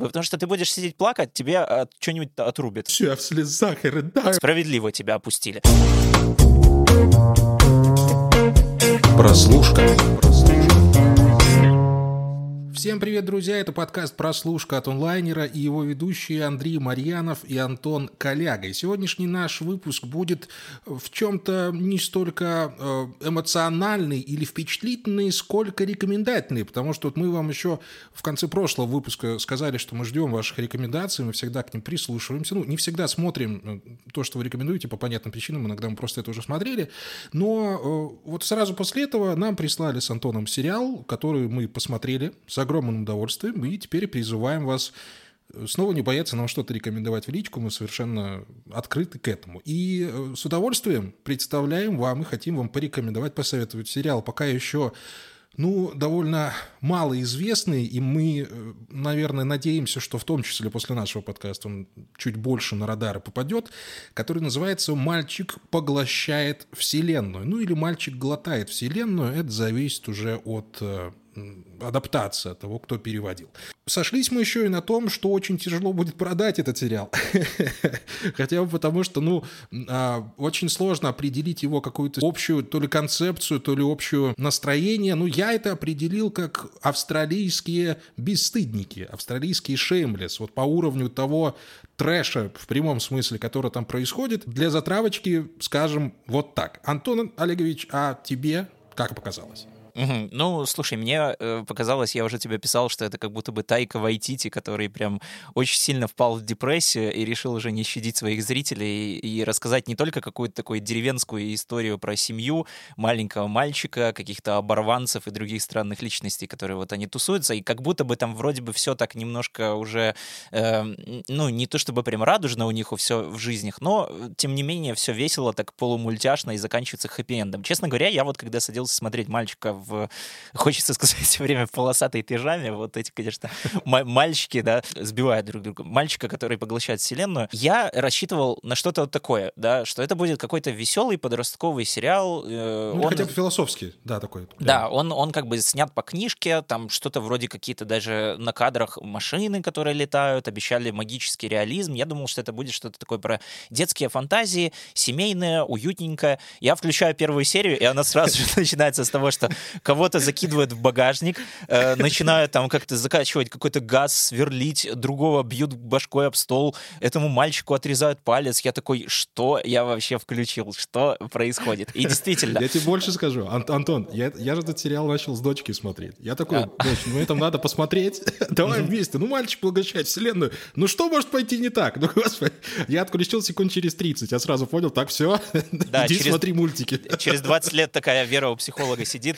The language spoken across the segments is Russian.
потому что ты будешь сидеть плакать, тебе что-нибудь отрубит. Все, я в слезах и рыдаю. Справедливо тебя опустили. Прослушка. Всем привет, друзья! Это подкаст «Прослушка» от онлайнера и его ведущие Андрей Марьянов и Антон Коляга. И сегодняшний наш выпуск будет в чем-то не столько эмоциональный или впечатлительный, сколько рекомендательный, потому что вот мы вам еще в конце прошлого выпуска сказали, что мы ждем ваших рекомендаций, мы всегда к ним прислушиваемся. Ну, не всегда смотрим то, что вы рекомендуете, по понятным причинам, иногда мы просто это уже смотрели, но вот сразу после этого нам прислали с Антоном сериал, который мы посмотрели с огромным удовольствием, и теперь призываем вас снова не бояться нам что-то рекомендовать в личку, мы совершенно открыты к этому. И с удовольствием представляем вам и хотим вам порекомендовать, посоветовать сериал, пока еще, довольно малоизвестный, и мы, наверное, надеемся, что в том числе после нашего подкаста он чуть больше на радары попадет, который называется «Мальчик поглощает вселенную». Или «Мальчик глотает вселенную», это зависит уже от адаптация того, кто переводил. Сошлись мы еще и на том, что очень тяжело будет продать этот сериал. Хотя бы потому, что, очень сложно определить его какую-то общую то ли концепцию, то ли общее настроение. Я это определил как австралийские бесстыдники, австралийские шеймлес. Вот по уровню того трэша, в прямом смысле, который там происходит. Для затравочки скажем вот так. Антон Олегович, а тебе как показалось? Слушай, мне показалось, я уже тебе писал, что это как будто бы Тайка Вайтити, который прям очень сильно впал в депрессию и решил уже не щадить своих зрителей и рассказать не только какую-то такую деревенскую историю про семью маленького мальчика, каких-то оборванцев и других странных личностей, которые вот они тусуются, и как будто бы там вроде бы все так немножко уже, не то чтобы прям радужно у них все в жизнях, но тем не менее все весело, так полумультяшно и заканчивается хэппи-эндом. Честно говоря, я вот когда садился смотреть «Мальчика» хочется сказать, все время в полосатой пижаме, вот эти, конечно, мальчики, да, сбивают друг друга. Мальчика, который поглощает вселенную. Я рассчитывал на что-то вот такое, да, что это будет какой-то веселый подростковый сериал. Хотя бы философский, да, такой. Да, он как бы снят по книжке, там что-то вроде какие-то даже на кадрах машины, которые летают, обещали магический реализм. Я думал, что это будет что-то такое про детские фантазии, семейное, уютненькое. Я включаю первую серию, и она сразу же начинается с того, что кого-то закидывают в багажник, начинают там как-то закачивать какой-то газ, сверлить, другого бьют башкой об стол, этому мальчику отрезают палец. Я такой, что я вообще включил? Что происходит? И действительно... Я тебе больше скажу. Антон, я же этот сериал начал с дочки смотреть. Я такой, дочь, это надо посмотреть. Давай вместе. Мальчик поглощает вселенную. Что может пойти не так? Господи. Я отключил секунд через 30. Я сразу понял, так, все, иди смотри мультики. Через 20 лет такая Вера у психолога сидит.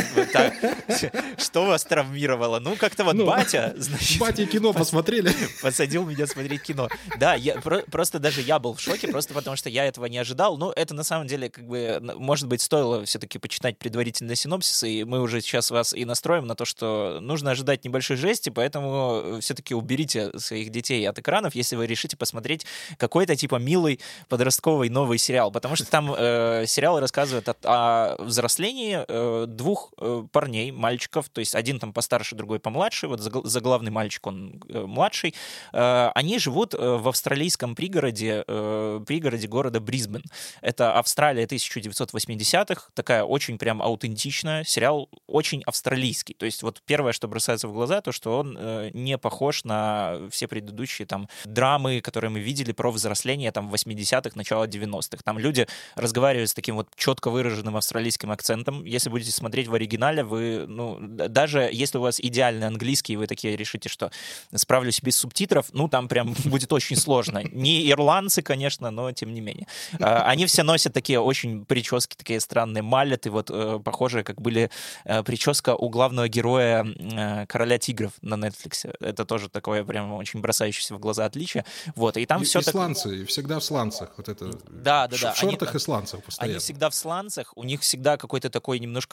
Что вас травмировало? Как-то вот батя, значит... Батя кино посмотрели. Посадил меня смотреть кино. Да, просто даже я был в шоке, просто потому что я этого не ожидал. Это на самом деле, может быть, стоило все-таки почитать предварительный синопсис, и мы уже сейчас вас и настроим на то, что нужно ожидать небольшой жести, поэтому все-таки уберите своих детей от экранов, если вы решите посмотреть какой-то типа милый подростковый новый сериал, потому что там сериал рассказывает о взрослении двух парней, мальчиков, то есть один там постарше, другой помладше, вот заглавный мальчик, он младший, они живут в австралийском пригороде города Брисбен. Это Австралия 1980-х, такая очень прям аутентичная, сериал очень австралийский, то есть вот первое, что бросается в глаза, то, что он не похож на все предыдущие там драмы, которые мы видели про взросление там в 80-х, начало 90-х. Там люди разговаривают с таким вот четко выраженным австралийским акцентом. Если будете смотреть в оригинале, вы, даже если у вас идеальный английский, и вы такие решите, что справлюсь без субтитров, там прям будет очень сложно. Не ирландцы, конечно, но тем не менее. Они все носят такие очень прически, такие странные, малеты, вот похожие, как были прическа у главного героя «Короля тигров» на Netflix. Это тоже такое прям очень бросающееся в глаза отличие. Вот, и там все так... сланцы, всегда в сланцах. Вот это. Да. В шортах и сланцах постоянно. Они всегда в сланцах, у них всегда какой-то такой немножко раздолбанный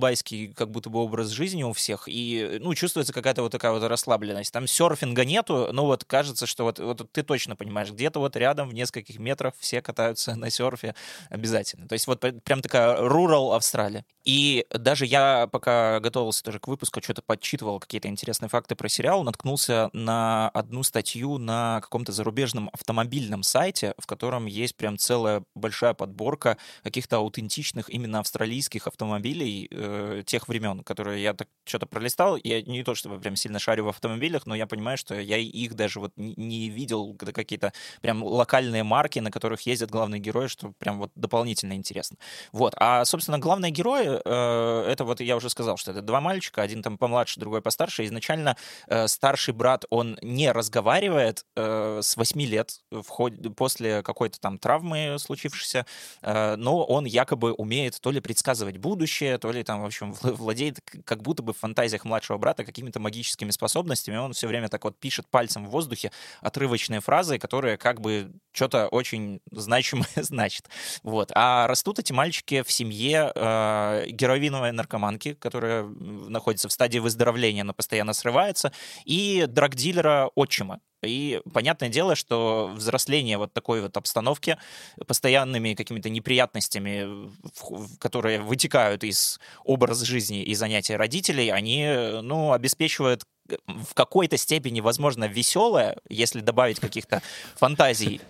раздолбайский как будто бы образ жизни у всех, и, ну, чувствуется какая-то вот такая вот расслабленность. Там серфинга нету, но вот кажется, что вот ты точно понимаешь, где-то вот рядом в нескольких метрах все катаются на серфе обязательно. То есть вот прям такая rural Австралия. И даже я, пока готовился тоже к выпуску, что-то подсчитывал какие-то интересные факты про сериал, наткнулся на одну статью на каком-то зарубежном автомобильном сайте, в котором есть прям целая большая подборка каких-то аутентичных именно австралийских автомобилей тех времен, которые я так что-то пролистал. Я не то чтобы прям сильно шарю в автомобилях, но я понимаю, что я их даже вот не видел, это какие-то прям локальные марки, на которых ездят главные герои, что прям вот дополнительно интересно. Вот. А, собственно, главные герои, это вот я уже сказал, что это два мальчика, один там помладше, другой постарше. Изначально старший брат, он не разговаривает с 8 лет после какой-то там травмы случившейся, но он якобы умеет то ли предсказывать будущее, то ли там, в общем, владеет как будто бы в фантазиях младшего брата какими-то магическими способностями. Он все время так вот пишет пальцем в воздухе отрывочные фразы, которые как бы что-то очень значимое значат. Вот. А растут эти мальчики в семье героиновой наркоманки, которая находится в стадии выздоровления, но постоянно срывается, и драгдилера отчима. И понятное дело, что взросление вот такой вот обстановки, постоянными какими-то неприятностями, которые вытекают из образа жизни и занятий родителей, они, ну, обеспечивают в какой-то степени, возможно, веселое, если добавить каких-то фантазий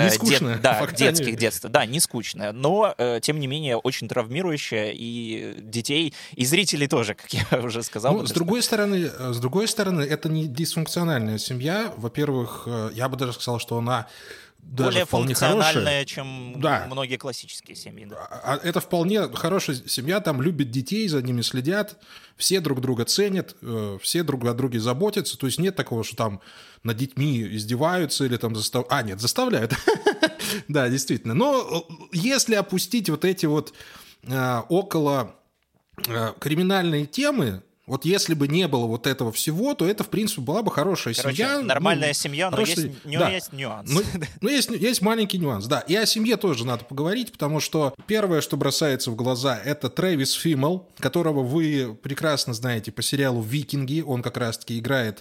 детских детства. Да, не скучное, но, тем не менее, очень травмирующее и детей, и зрителей тоже, как я уже сказал. Ну, с другой стороны, это не дисфункциональная семья. Во-первых, я бы даже сказал, что она более функциональная, чем многие классические семьи. Да. Это вполне хорошая семья, там любят детей, за ними следят, все друг друга ценят, все друг о друге заботятся, то есть нет такого, что там над детьми издеваются или там заставляют. Нет, заставляют. Да, действительно. Но если опустить вот эти вот около криминальные темы, вот если бы не было вот этого всего, то это, в принципе, была бы хорошая семья. Нормальная семья, но есть нюанс. Но есть маленький нюанс, да. И о семье тоже надо поговорить, потому что первое, что бросается в глаза, это Трэвис Фиммел, которого вы прекрасно знаете по сериалу «Викинги». Он как раз-таки играет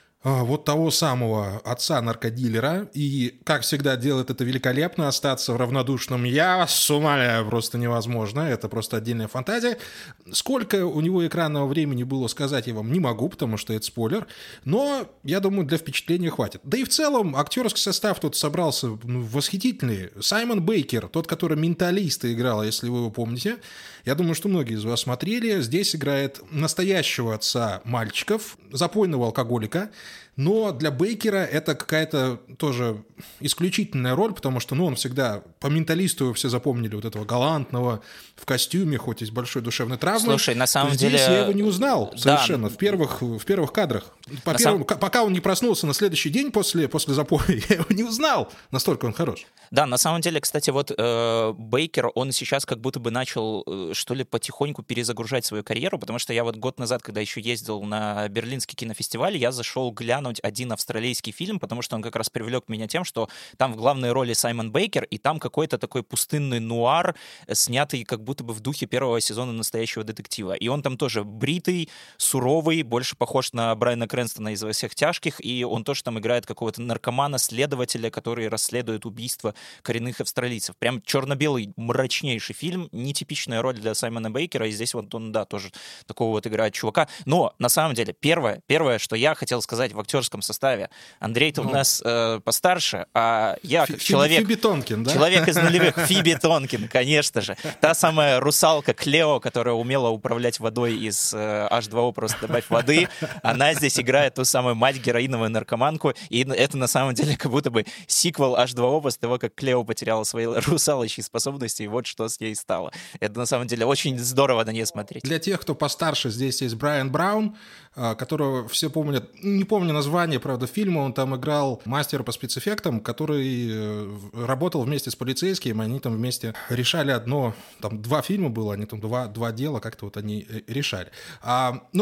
вот того самого отца-наркодилера, и, как всегда, делает это великолепно, остаться в равнодушном «я вас умоляю», просто невозможно, это просто отдельная фантазия. Сколько у него экранного времени было сказать, я вам не могу, потому что это спойлер, но, я думаю, для впечатления хватит. Да и в целом актерский состав тут собрался восхитительный. Саймон Бейкер, тот, который «Менталиста» играл, если вы его помните, я думаю, что многие из вас смотрели, здесь играет настоящего отца мальчиков, запойного алкоголика. Но для Бейкера это какая-то тоже исключительная роль, потому что, он всегда, по «Менталисту» все запомнили вот этого галантного в костюме, хоть и с большой душевной травмой. Слушай, на самом деле... Здесь я его не узнал совершенно в первых кадрах. Пока он не проснулся на следующий день после запоя, я его не узнал, настолько он хорош. Да, на самом деле, кстати, вот Бейкер, он сейчас как будто бы начал, что ли, потихоньку перезагружать свою карьеру, потому что я вот год назад, когда еще ездил на Берлинский кинофестиваль, я зашел глянуть один австралийский фильм, потому что он как раз привлек меня тем, что там в главной роли Саймон Бейкер, и там какой-то такой пустынный нуар, снятый как будто бы в духе первого сезона «Настоящего детектива». И он там тоже бритый, суровый, больше похож на Брайана Крэнстона из «Во всех тяжких», и он тоже там играет какого-то наркомана-следователя, который расследует убийство коренных австралийцев. Прям черно-белый, мрачнейший фильм, нетипичная роль для Саймона Бейкера, и здесь вот он, да, тоже такого вот играет чувака. Но, на самом деле, первое, что я хотел сказать в актерском составе, Андрей-то у нас постарше, а я как человек... Фиби Тонкин, да? Человек из нулевых, Фиби Тонкин, конечно же. Та самая русалка Клео, которая умела управлять водой из H2O, просто добавь воды, она здесь играет ту самую мать-героиновую наркоманку, и это на самом деле как будто бы сиквел H2O после того, как Клео потеряла свои русалочьи способности, и вот что с ней стало. Это на самом деле очень здорово на нее смотреть. Для тех, кто постарше, здесь есть Брайан Браун, которого все помнят, не помню название, правда, фильма, он там играл мастера по спецэффектам, который работал вместе с полицейским, они там вместе решали два фильма было, они там два дела как-то вот они решали. Но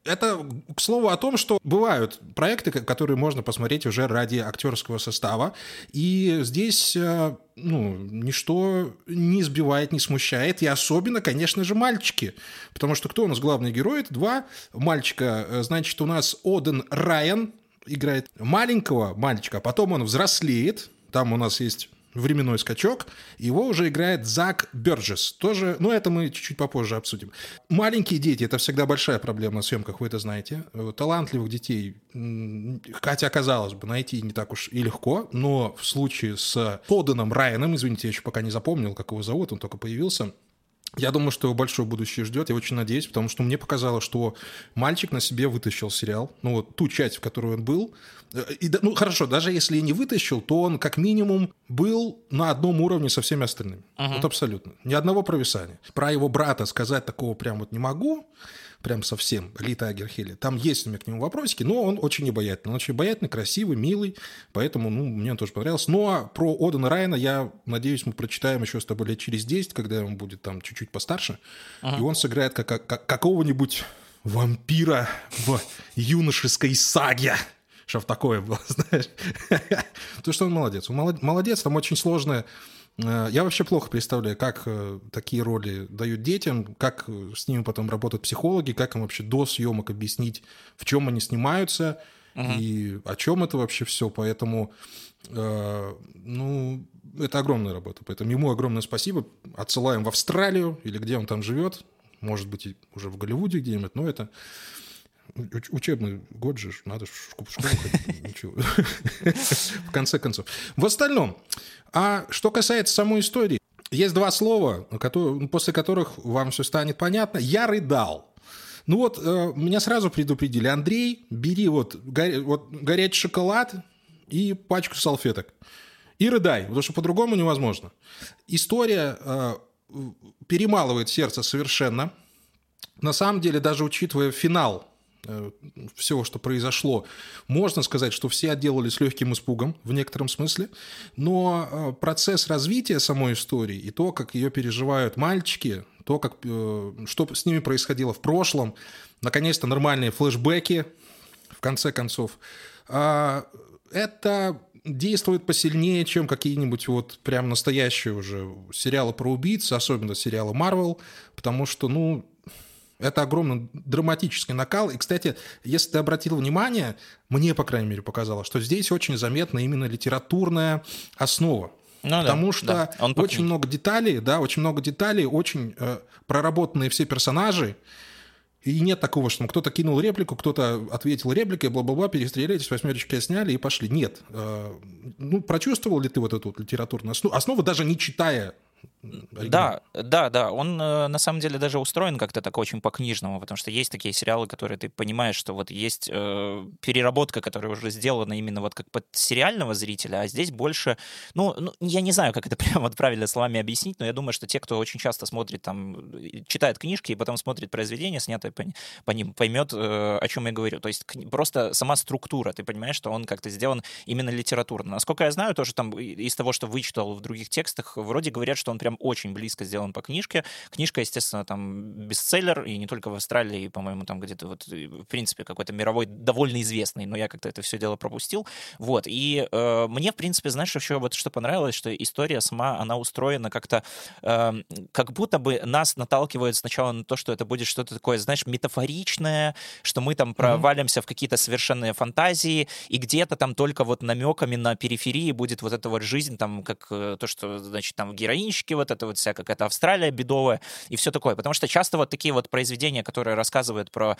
Это, к слову, о том, что бывают проекты, которые можно посмотреть уже ради актерского состава, и здесь ничто не сбивает, не смущает, и особенно, конечно же, мальчики, потому что кто у нас главный герой? Это два мальчика, значит, у нас Оден Райан играет маленького мальчика, а потом он взрослеет, там у нас есть временной скачок, его уже играет Зак Бёрджес. Тоже, это мы чуть-чуть попозже обсудим. Маленькие дети — это всегда большая проблема на съемках, вы это знаете. Талантливых детей, хотя, казалось бы, найти не так уж и легко, но в случае с Оденом Райаном, извините, я еще пока не запомнил, как его зовут, он только появился, я думаю, что его большое будущее ждет, я очень надеюсь, потому что мне показалось, что мальчик на себе вытащил сериал, ту часть, в которой он был. И, хорошо, даже если и не вытащил, то он как минимум был на одном уровне со всеми остальными. Вот абсолютно. Ни одного провисания. Про его брата сказать такого прям вот не могу, прям совсем, Ли Тайгер Хелли. Там есть у меня к нему вопросики, но он очень обаятельный. Он очень обаятельный, красивый, милый, поэтому, мне он тоже понравился. Ну, а про Одена Райана, я надеюсь, мы прочитаем еще с тобой лет через 10, когда он будет там чуть-чуть постарше, и он сыграет какого-нибудь вампира в юношеской саге. Чтоб такое было, знаешь. Потому что он молодец. Он молодец, там очень сложное. Я вообще плохо представляю, как такие роли дают детям, как с ними потом работают психологи, как им вообще до съемок объяснить, в чем они снимаются и о чем это вообще все. Поэтому, это огромная работа. Поэтому ему огромное спасибо. Отсылаем в Австралию или где он там живет. Может быть, и уже в Голливуде где-нибудь, но это... Учебный год же, надо в школу ходить, ничего. В конце концов. В остальном, а что касается самой истории, есть два слова, после которых вам все станет понятно. Я рыдал. Меня сразу предупредили: Андрей, бери горячий шоколад и пачку салфеток и рыдай, потому что по-другому невозможно. История перемалывает сердце совершенно. На самом деле, даже учитывая финал всего, что произошло, можно сказать, что все отделали с легким испугом в некотором смысле, но процесс развития самой истории и то, как ее переживают мальчики, то, что с ними происходило в прошлом, наконец-то нормальные флешбеки, в конце концов, это действует посильнее, чем какие-нибудь прям настоящие уже сериалы про убийц, особенно сериалы Marvel, потому что, это огромный драматический накал. И, кстати, если ты обратил внимание, мне, по крайней мере, показалось, что здесь очень заметна именно литературная основа. Потому что очень много деталей, очень проработанные все персонажи. И нет такого, что кто-то кинул реплику, кто-то ответил репликой, бла-бла-бла, перестрелялись, восьмерочки сняли и пошли. Нет. Прочувствовал ли ты эту литературную основу, даже не читая? Да. Он на самом деле даже устроен как-то так очень по-книжному, потому что есть такие сериалы, которые ты понимаешь, что есть переработка, которая уже сделана именно как под сериального зрителя, а здесь больше, я не знаю, как это прямо правильно словами объяснить, но я думаю, что те, кто очень часто смотрит, читает книжки и потом смотрит произведение, снятое по ним, поймет, о чем я говорю. То есть просто сама структура, ты понимаешь, что он как-то сделан именно литературно. Насколько я знаю, тоже там из того, что вычитал в других текстах, вроде говорят, что он прям очень близко сделан по книжке. Книжка, естественно, там бестселлер, и не только в Австралии, по-моему, там где-то в принципе, какой-то мировой, довольно известный, но я как-то это все дело пропустил. И мне, в принципе, знаешь, еще что понравилось, что история сама, она устроена как-то, как будто бы нас наталкивает сначала на то, что это будет что-то такое, знаешь, метафоричное, что мы там провалимся в какие-то совершенные фантазии, и где-то там только намеками на периферии будет эта жизнь, там, как то, что, значит, там героинщики, это вся какая-то Австралия бедовая и все такое. Потому что часто такие произведения, которые рассказывают про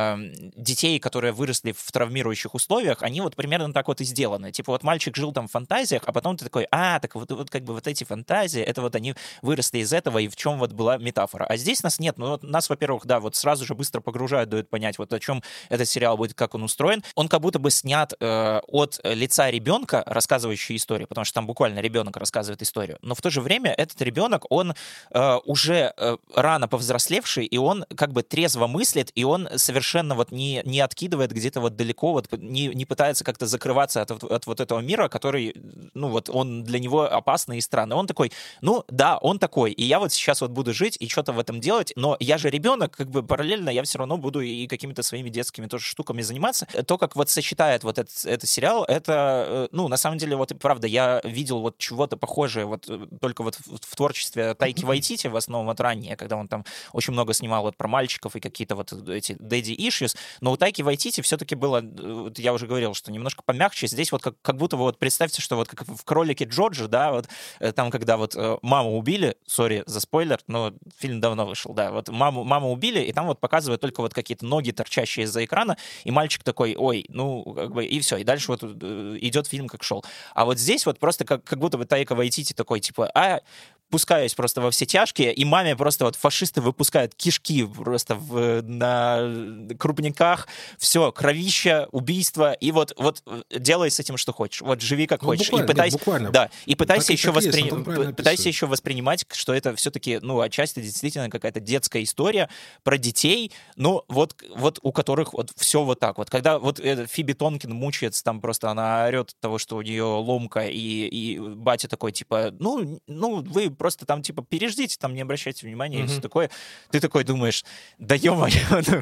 детей, которые выросли в травмирующих условиях, они примерно так и сделаны. Типа мальчик жил там в фантазиях, а потом ты такой, так как бы эти фантазии, это они выросли из этого, и в чем была метафора. А здесь нас нет. Нас, во-первых, сразу же быстро погружают, дают понять, о чем этот сериал будет, как он устроен. Он как будто бы снят от лица ребенка, рассказывающего историю, потому что там буквально ребенок рассказывает историю. Но в то же время этот ребенок, он уже рано повзрослевший, и он как бы трезво мыслит, и он совершенно вот не откидывает где-то вот далеко, вот не пытается как-то закрываться от вот этого мира, который, ну вот он для него опасный и странный. Он такой, ну да, он такой, и я вот сейчас вот буду жить и что-то в этом делать, но я же ребенок, как бы параллельно я все равно буду и какими-то своими детскими тоже штуками заниматься. То, как вот сочетает вот этот сериал, это, ну, на самом деле, вот правда, я видел вот чего-то похожее вот только вот в творчестве Тайки Вайтити, в основном вот ранее, когда он там очень много снимал вот про мальчиков и какие-то вот эти daddy issues, но у Тайки Вайтити все-таки было, вот я уже говорил, что немножко помягче. Здесь вот как будто вот представьте, что вот как в «Кролике Джорджа», да, вот там, когда вот маму убили, сори за спойлер, но фильм давно вышел, да, вот маму убили, и там вот показывают только вот какие-то ноги, торчащие из-за экрана, и мальчик такой, ой, ну, как бы, и все, и дальше вот идет фильм как шел. А вот здесь вот просто как будто бы Тайка Вайтити такой, типа, пускаюсь просто во все тяжкие, и маме просто вот фашисты выпускают кишки просто на крупниках, все, кровища, убийства, и вот делай с этим что хочешь, вот живи как хочешь. Буквально, и пытайся, буквально. Да, и пытайся еще, пытайся еще воспринимать, что это все-таки, ну, отчасти действительно какая-то детская история про детей, ну, вот у которых вот все вот так вот. Когда вот Фиби Тонкин мучается, там просто она орет от того, что у нее ломка, и батя такой, типа, ну, вы просто там, типа, переждите, там, не обращайте внимания, и все такое. Ты такой думаешь, да ё-моё,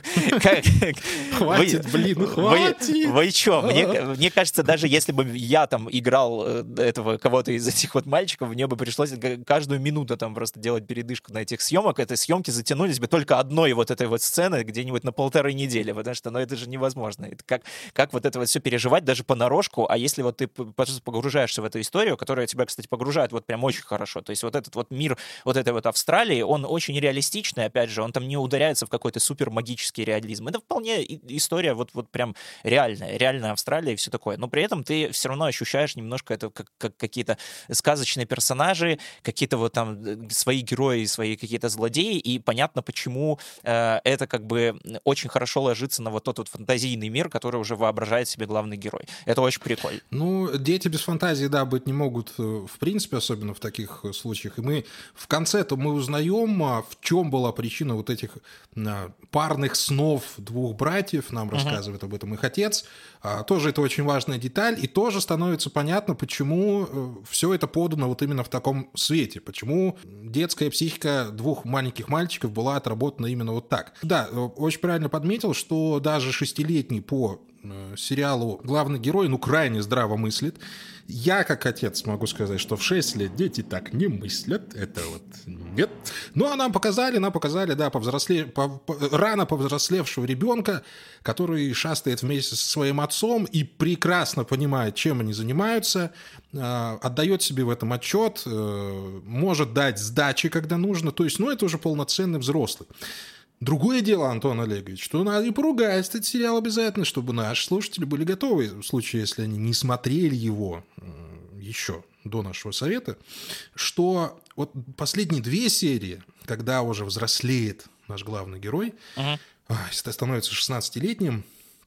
хватит, блин, хватит! Вы чё? Мне кажется, даже если бы я там играл этого кого-то из этих вот мальчиков, мне бы пришлось каждую минуту там просто делать передышку на этих съемок. Эти съемки затянулись бы только одной вот этой вот сцены где-нибудь на 1,5 недели, потому что, ну, это же невозможно. Это как вот это вот все переживать даже понарошку, а если вот ты просто погружаешься в эту историю, которая тебя, кстати, погружает вот прям очень хорошо, то есть вот этот вот мир вот этой вот Австралии, он очень реалистичный, опять же, он там не ударяется в какой-то супер магический реализм. Это вполне история вот прям реальная Австралия и все такое. Но при этом ты все равно ощущаешь немножко это как какие-то сказочные персонажи, какие-то вот там свои герои, свои какие-то злодеи, и понятно, почему это как бы очень хорошо ложится на вот тот вот фантазийный мир, который уже воображает себе главный герой. Это очень прикольно. Ну, дети без фантазии, да, быть не могут в принципе, особенно в таких случаях. И мы в конце-то мы узнаем, в чем была причина вот этих парных снов двух братьев, нам рассказывает об этом их отец. Тоже это очень важная деталь, и тоже становится понятно, почему все это подано вот именно в таком свете, почему детская психика двух маленьких мальчиков была отработана именно вот так. Да, очень правильно подметил, что даже 6-летний по сериалу главный герой, ну, крайне здраво мыслит. Я, как отец, могу сказать, что в 6 лет дети так не мыслят. Это вот нет. Ну, а нам показали, да, рано повзрослевшего ребенка, который шастает вместе со своим отцом и прекрасно понимает, чем они занимаются, отдает себе в этом отчет, может дать сдачи, когда нужно. То есть, ну, это уже полноценный взрослый. Другое дело, Антон Олегович, что надо и поругать этот сериал обязательно, чтобы наши слушатели были готовы, в случае, если они не смотрели его еще до нашего совета, что вот последние 2 серии, когда уже взрослеет наш главный герой, становится 16-летним,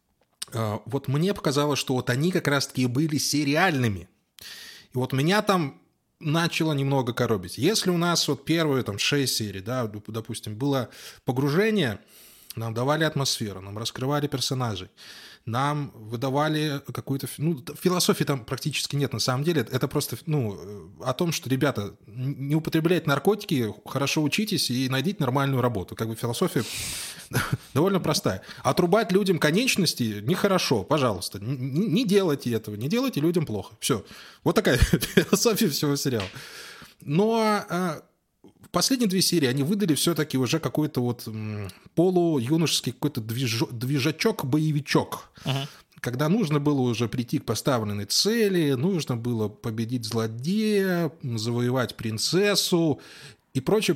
вот мне показалось, что вот они как раз-таки были сериальными. И вот меня там начало немного коробить. Если у нас вот первые там 6 серий, да, допустим, было погружение, нам давали атмосферу, нам раскрывали персонажей, нам выдавали какую-то... Ну, философии там практически нет, на самом деле. Это просто, ну, о том, что, ребята, не употребляйте наркотики, хорошо учитесь и найдите нормальную работу. Как бы философия довольно простая. Отрубать людям конечности нехорошо, пожалуйста. Не делайте этого, не делайте людям плохо. Все. Вот такая философия всего сериала. Но... Последние 2 серии они выдали все-таки уже какой-то вот полуюношеский какой-то движачок-боевичок. Когда нужно было уже прийти к поставленной цели, нужно было победить злодея, завоевать принцессу и прочее.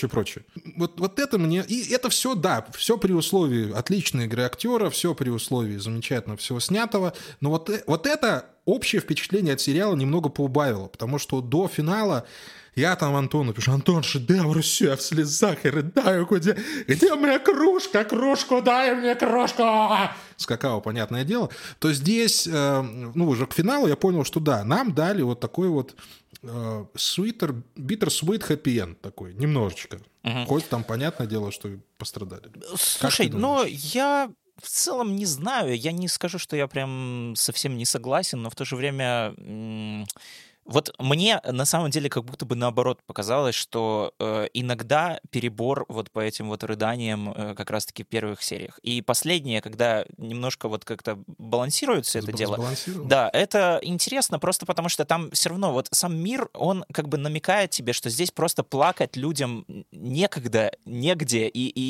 Вот это мне... И это все, да, все при условии отличной игры актера, все при условии замечательного всего снятого. Но вот это общее впечатление от сериала немного поубавило, потому что до финала я там Антону пишу: Антон, шедевр, все, я в слезах, я рыдаю, где моя кружка, дай мне кружку, с какао, понятное дело. То здесь, уже к финалу я понял, что да, нам дали вот такой вот bitter sweet happy end такой, немножечко. Хоть там, понятное дело, что пострадали. Слушай, я в целом не знаю, я не скажу, что я прям совсем не согласен, но в то же время... Вот мне на самом деле как будто бы наоборот показалось, что иногда перебор вот по этим вот рыданиям как раз-таки в первых сериях. И последнее, когда немножко вот как-то балансируется это дело. Да, это интересно просто потому, что там все равно вот сам мир, он как бы намекает тебе, что здесь просто плакать людям некогда, негде,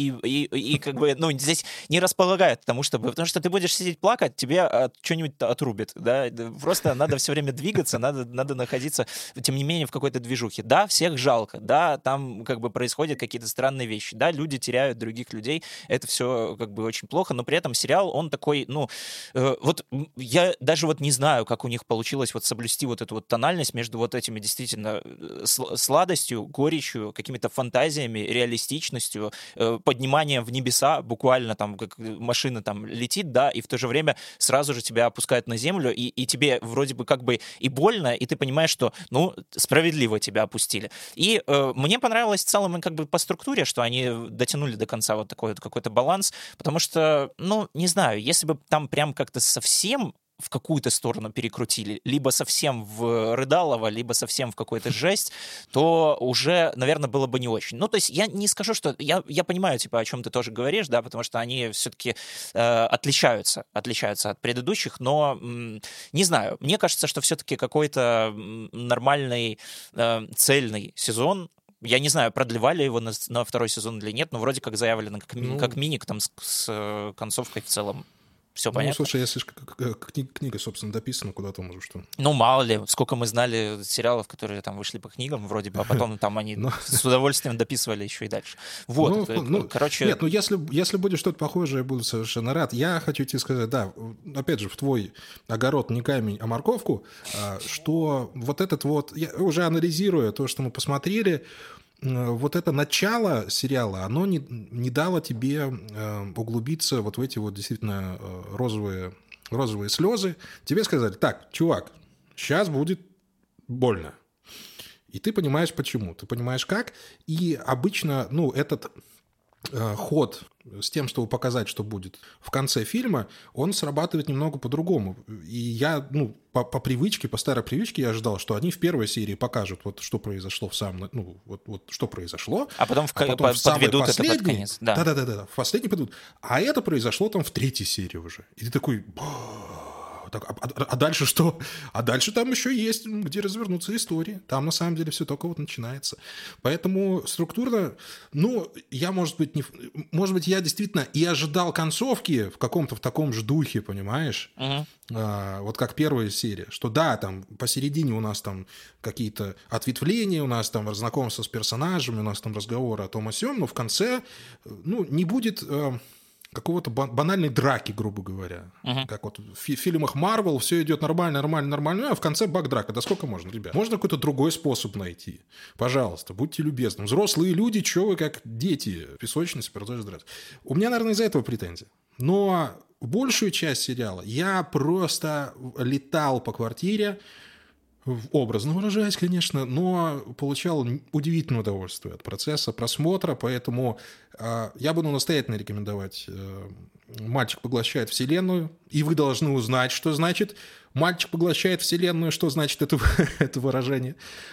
и как бы, здесь не располагает потому что ты будешь сидеть плакать, тебе что-нибудь отрубит, да, просто надо все время двигаться, надо находиться, тем не менее, в какой-то движухе. Да, всех жалко, да, там как бы происходят какие-то странные вещи, да, люди теряют других людей, это все как бы очень плохо, но при этом сериал, он такой, вот я даже вот не знаю, как у них получилось вот соблюсти вот эту вот тональность между вот этими действительно сладостью, горечью, какими-то фантазиями, реалистичностью, подниманием в небеса, буквально там, как машина там летит, да, и в то же время сразу же тебя опускают на землю, и тебе вроде бы как бы и больно, и ты понимаешь, что, справедливо тебя опустили. И мне понравилось в целом как бы по структуре, что они дотянули до конца вот такой вот какой-то баланс, потому что, не знаю, если бы там прям как-то совсем в какую-то сторону перекрутили, либо совсем в рыдалово, либо совсем в какую-то жесть, то уже, наверное, было бы не очень. То есть я не скажу, что... Я понимаю, типа, о чем ты тоже говоришь, да, потому что они все-таки отличаются от предыдущих, но, не знаю, мне кажется, что все-таки какой-то нормальный, цельный сезон, я не знаю, продлевали его на второй сезон или нет, но вроде как заявлено как миник там с концовкой в целом. Все понятно? Слушай, если книга, собственно, дописана, куда-то может что. Мало ли, сколько мы знали сериалов, которые там вышли по книгам, вроде бы, а потом там они с удовольствием дописывали еще и дальше. Вот, короче... Нет, если будет что-то похожее, я буду совершенно рад. Я хочу тебе сказать, да, опять же, в твой огород не камень, а морковку, что вот этот вот, я уже анализируя то, что мы посмотрели, вот это начало сериала, оно не дало тебе углубиться вот в эти вот действительно розовые слезы. Тебе сказали: так, чувак, сейчас будет больно. И ты понимаешь почему, ты понимаешь как. И обычно, этот ход с тем, чтобы показать, что будет в конце фильма, он срабатывает немного по-другому. И я, по привычке, по старой привычке я ожидал, что они в первой серии покажут, вот что произошло в самом, вот что произошло. А потом подведут это под конец. Да, в последний подведут. А это произошло там в третьей серии уже. И ты такой... Так, а дальше что? А дальше там еще есть, где развернуться истории. Там, на самом деле, все только вот начинается. Поэтому структурно, я, может быть, я действительно и ожидал концовки в каком-то в таком же духе, понимаешь? Вот как первая серия. Что да, там посередине у нас там какие-то ответвления, у нас там знакомство с персонажами, у нас там разговоры о том о сём, но в конце, не будет... какого-то банальной драки, грубо говоря. Как вот в фильмах Marvel все идет нормально, а в конце бак-драка. Да сколько можно, ребят? Можно какой-то другой способ найти. Пожалуйста, будьте любезны. Взрослые люди, чё вы как дети в песочнице продолжают драться. У меня, наверное, из-за этого претензии. Но большую часть сериала я просто летал по квартире, образно выражаясь, конечно, но получал удивительное удовольствие от процесса просмотра, поэтому я буду настоятельно рекомендовать «Мальчик поглощает вселенную», и вы должны узнать, что значит «Мальчик поглощает вселенную», что значит это выражение.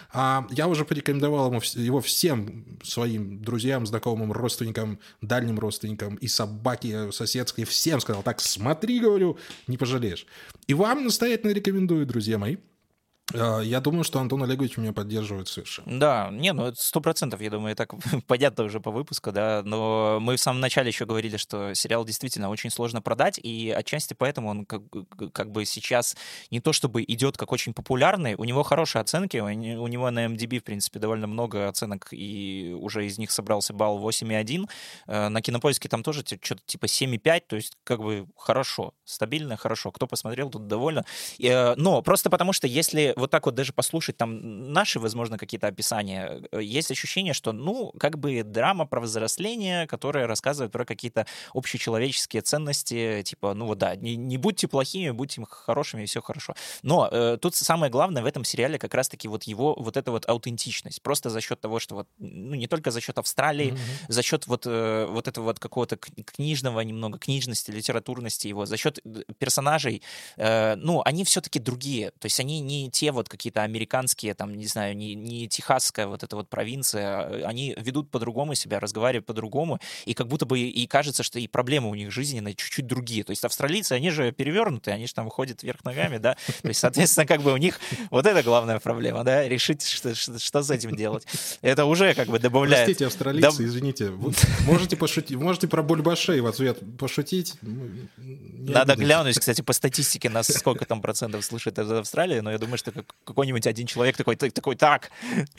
Я уже порекомендовал его всем своим друзьям, знакомым, родственникам, дальним родственникам, и собаке соседской, всем сказал: так, смотри, говорю, не пожалеешь. И вам настоятельно рекомендую, друзья мои. Я думаю, что Антон Олегович меня поддерживает совершенно. Да, не, ну это 100%, я думаю, так понятно уже по выпуску, да, но мы в самом начале еще говорили, что сериал действительно очень сложно продать, и отчасти поэтому он как бы сейчас не то чтобы идет как очень популярный, у него хорошие оценки, у него на MDB, в принципе, довольно много оценок, и уже из них собрался балл 8,1, на Кинопоиске там тоже что-то типа 7,5, то есть как бы хорошо, стабильно, хорошо, кто посмотрел, тут довольно, но просто потому что если вот так вот даже послушать там наши, возможно, какие-то описания, есть ощущение, что, ну, как бы драма про взросление, которая рассказывает про какие-то общечеловеческие ценности, типа, ну вот да, не будьте плохими, будьте хорошими, и все хорошо. Но тут самое главное в этом сериале как раз-таки вот его вот эта вот аутентичность. Просто за счет того, что вот, ну, не только за счет Австралии, за счет вот этого вот какого-то книжного немного, книжности, литературности его, за счет персонажей, ну, они все-таки другие. То есть они не те вот какие-то американские, там, не знаю, не техасская вот эта вот провинция, они ведут по-другому себя, разговаривают по-другому, и как будто бы и кажется, что и проблемы у них жизненные чуть-чуть другие. То есть австралийцы, они же перевернуты, они же там выходят вверх ногами, да, то есть, соответственно, как бы у них вот это главная проблема, да, решить, что с этим делать. Это уже как бы добавляет... Простите, австралийцы, извините, вы можете пошутить, можете про Бульбашей в ответ пошутить? Надо глянуть, кстати, по статистике, нас сколько там процентов слушает из Австралии, но я думаю, что какой-нибудь один человек такой, так,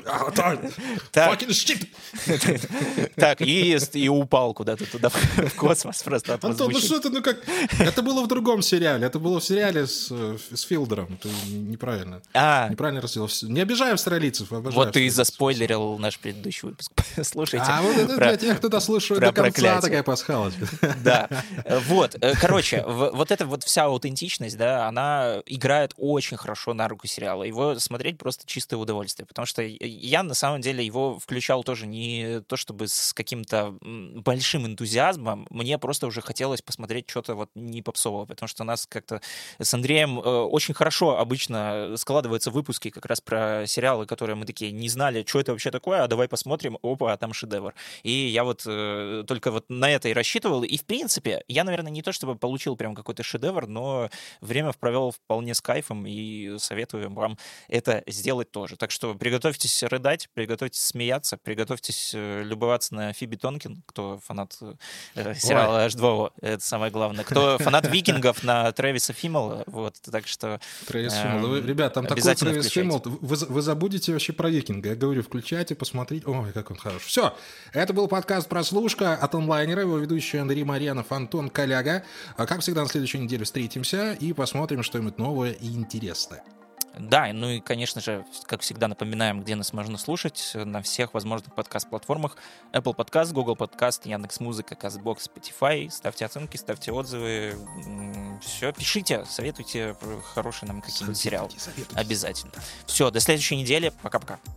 так, и упал куда-то туда в космос просто от Антон, ну что ты, ну как, это было в другом сериале, это было в сериале с Филдером, ты неправильно рассказал. Не обижай австралийцев, обожаю. Вот ты и заспойлерил наш предыдущий выпуск, слушайте. А вот это для тех, кто дослушивает до конца, такая пасхалочка. Да, вот, короче, вот эта вот вся аутентичность, да, она играет очень хорошо на руку сериала. Его смотреть просто чистое удовольствие, потому что я на самом деле его включал тоже не то чтобы с каким-то большим энтузиазмом, мне просто уже хотелось посмотреть что-то вот не попсового, потому что у нас как-то с Андреем очень хорошо обычно складываются выпуски как раз про сериалы, которые мы такие не знали, что это вообще такое, а давай посмотрим, опа, а там шедевр. И я вот только вот на это и рассчитывал, и в принципе я, наверное, не то чтобы получил прям какой-то шедевр, но время провел вполне с кайфом, и советую вам это сделать тоже. Так что приготовьтесь рыдать, приготовьтесь смеяться, приготовьтесь любоваться на Фиби Тонкин, кто фанат сериала H2O, это самое главное. Кто фанат викингов, на Трэвиса Фиммела, вот, так что Трэвис Фиммел. Ребят, там такой Трэвис Фиммел, вы забудете вообще про викинга. Я говорю, включайте, посмотрите. Ой, как он хорош. Все, это был подкаст «Прослушка» от онлайнера, его ведущий Андрей Марьянов, Антон Коляга. Как всегда, на следующей неделе встретимся и посмотрим что-нибудь новое и интересное. Да, ну и, конечно же, как всегда, напоминаем, где нас можно слушать на всех возможных подкаст-платформах. Apple Podcast, Google Podcast, Яндекс.Музыка, Castbox, Spotify. Ставьте оценки, ставьте отзывы. Все, пишите, советуйте хороший нам какие-нибудь сериалы. Обязательно. Все, до следующей недели. Пока-пока.